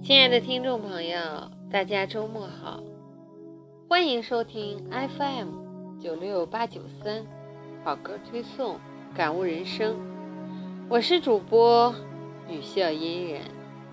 亲爱的听众朋友，大家周末好，欢迎收听 FM96893 好歌推送，感悟人生。我是主播雨笑嫣然。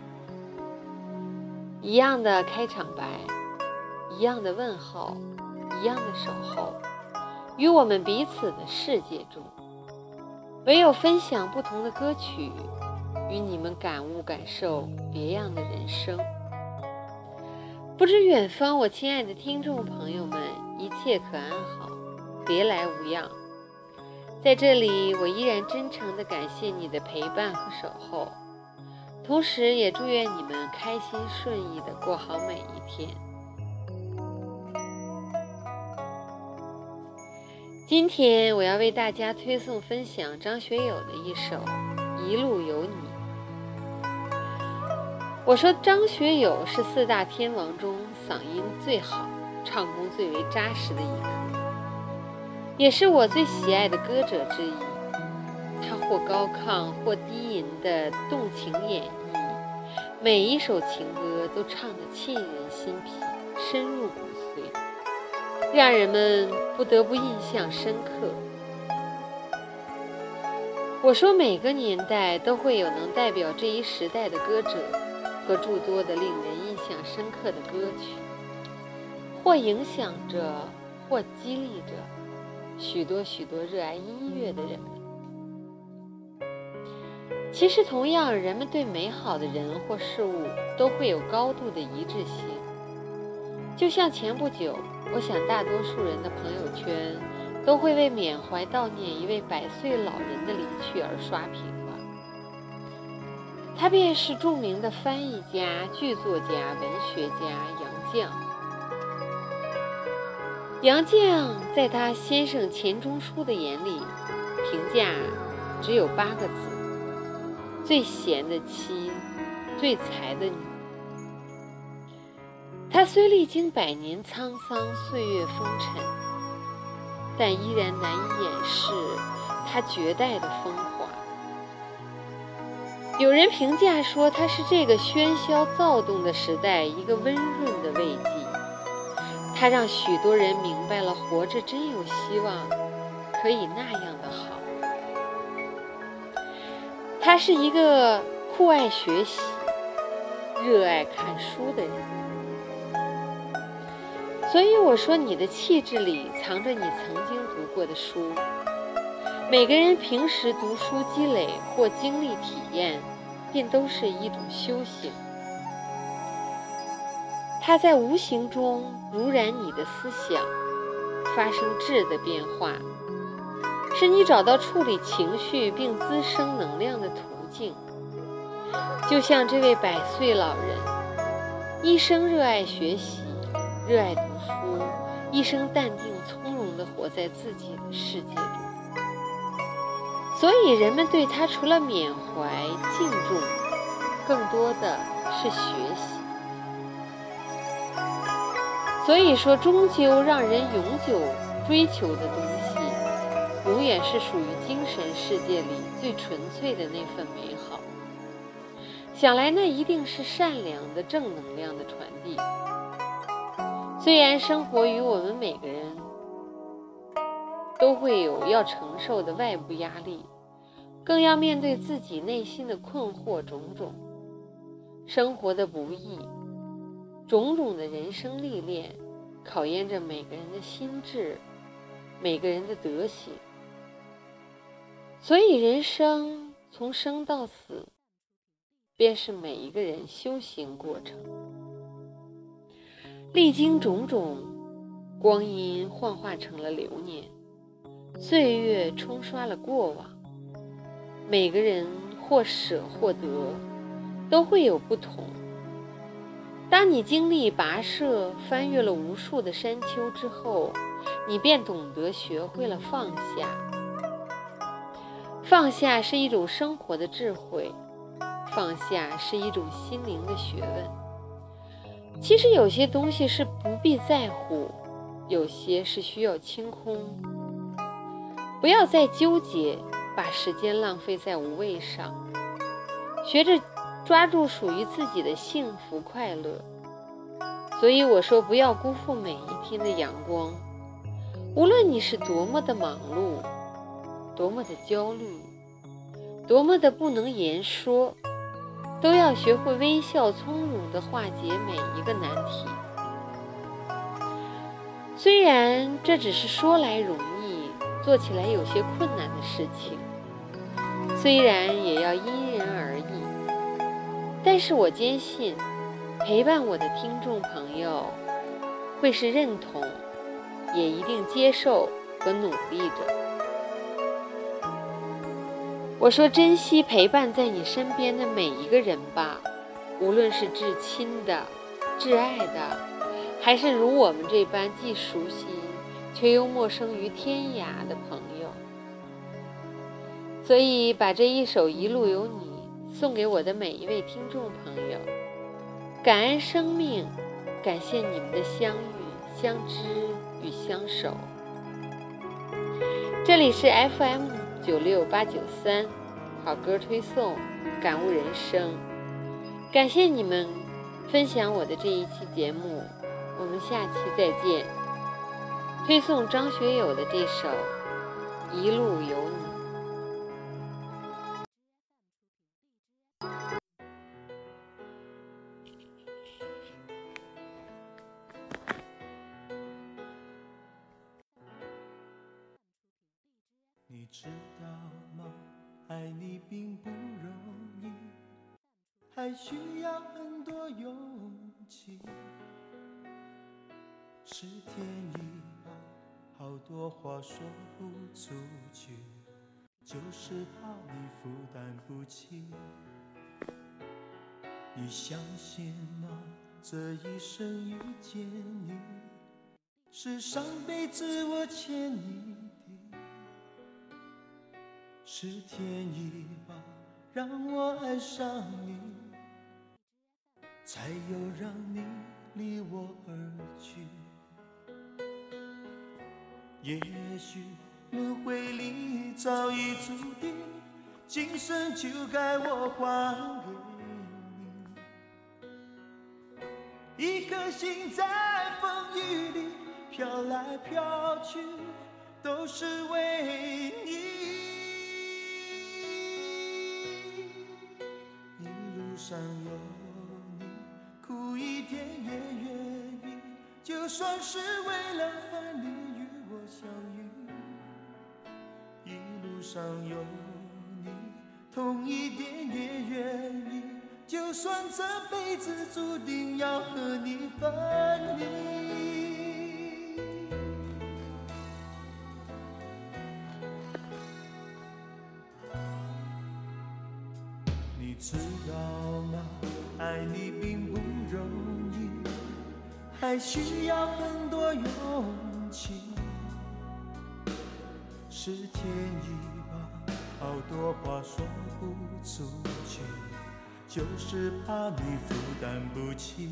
一样的开场白，一样的问候，一样的守候，于我们彼此的世界中，唯有分享不同的歌曲，与你们感悟感受别样的人生。不知远方我亲爱的听众朋友们一切可安好，别来无恙。在这里我依然真诚地感谢你的陪伴和守候，同时也祝愿你们开心顺意地过好每一天。今天我要为大家推送分享张学友的一首《一路有你》。我说张学友是四大天王中嗓音最好、唱功最为扎实的一个，也是我最喜爱的歌者之一。他或高亢或低吟的动情演绎，每一首情歌都唱得沁人心脾，深入骨髓，让人们不得不印象深刻。我说每个年代都会有能代表这一时代的歌者和诸多的令人印象深刻的歌曲，或影响着，或激励着许多热爱音乐的人们。其实同样，人们对美好的人或事物都会有高度的一致性。就像前不久，我想大多数人的朋友圈都会为缅怀悼念一位100岁老人的离去而刷屏吧。他便是著名的翻译家、剧作家、文学家杨绛。杨绛在他先生钱钟书的眼里，评价只有8个字：最贤的妻，最才的女。他虽历经100年沧桑，岁月风尘，但依然难以掩饰他绝代的风华。有人评价说，他是这个喧嚣躁动的时代一个温润的慰藉，他让许多人明白了活着真有希望，可以那样的好。他是一个酷爱学习、热爱看书的人，所以我说你的气质里藏着你曾经读过的书。每个人平时读书积累或经历体验，便都是一种修行。它在无形中濡染你的思想，发生质的变化，使你找到处理情绪并滋生能量的途径。就像这位100岁老人，一生热爱学习，热爱读书，一生淡定从容地活在自己的世界中。所以人们对他除了缅怀敬重，更多的是学习。所以说，终究让人永久追求的东西，永远是属于精神世界里最纯粹的那份美好。想来那一定是善良的正能量的传递。虽然生活于我们每个人都会有要承受的外部压力，更要面对自己内心的困惑种种，生活的不易，种种的人生历练，考验着每个人的心智，每个人的德行。所以人生从生到死，便是每一个人修行过程。历经种种，光阴幻化成了流年，岁月冲刷了过往。每个人或舍或得，都会有不同。当你经历跋涉，翻越了无数的山丘之后，你便懂得学会了放下。放下是一种生活的智慧，放下是一种心灵的学问。其实有些东西是不必在乎，有些是需要清空。不要再纠结，把时间浪费在无谓上，学着抓住属于自己的幸福快乐。所以我说，不要辜负每一天的阳光，无论你是多么的忙碌，多么的焦虑，多么的不能言说，都要学会微笑从容地化解每一个难题。虽然这只是说来容易，做起来有些困难的事情，虽然也要因人而异，但是我坚信陪伴我的听众朋友会是认同，也一定接受和努力着。我说，珍惜陪伴在你身边的每一个人吧，无论是至亲的、挚爱的，还是如我们这般既熟悉却又陌生于天涯的朋友。所以把这一首《一路有你》送给我的每一位听众朋友，感恩生命，感谢你们的相遇、相知与相守。这里是 FM96893，好歌推送，感悟人生。感谢你们分享我的这一期节目，我们下期再见。推送张学友的这首《一路有你》。 你知道吗？爱你并不容易，还需要很多勇气。是天意吧，好多话说不出去，就是怕你负担不起。你相信吗？这一生遇见你，是上辈子我欠你的。是天意吧，让我爱上你，才有让你离我而去。也许轮回里早已注定，今生就该我还给你。一颗心在风雨里飘来飘去，都是为你。上有你，苦一点也愿意，就算是为了分离与我相遇。一路上有你，痛一点也愿意，就算这辈子注定要和你分离。你知道吗？爱你并不容易，还需要很多勇气。是天意吧，好多话说不出去，就是怕你负担不起。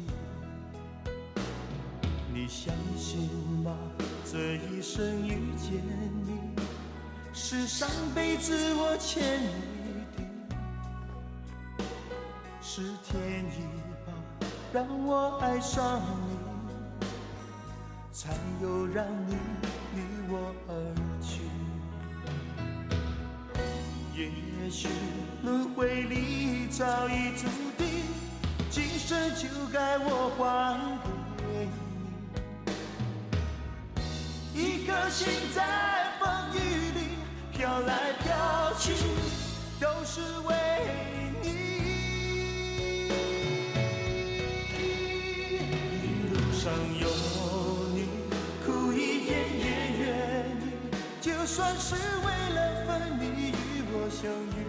你相信吗？这一生遇见你，是上辈子我欠你。是天意吧，让我爱上你，才有让你离我而去。也许轮回里早已注定，今生就该我还给你。一颗心在风雨里飘来飘去，都是为你。上有你，苦一点也愿意，就算是为了分离与我相遇。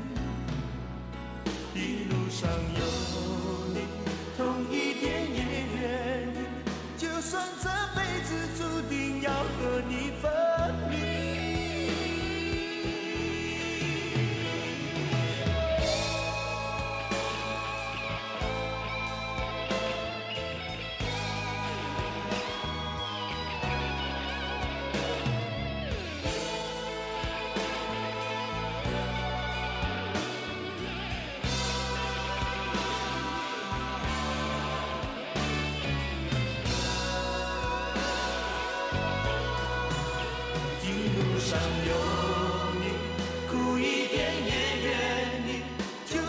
一路上有你，痛一点也愿意，就算这辈子注定要和你分离。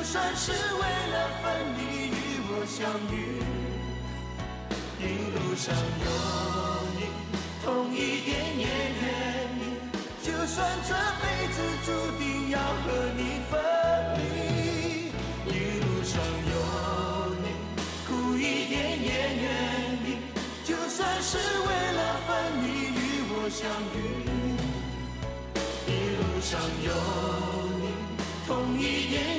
算是为了分离与我相遇，一路上有你，痛一点也愿意，就算这辈子注定要和你分离，一路上有你，苦一点也愿意，就算是为了分离与我相遇，一路上有你，痛一点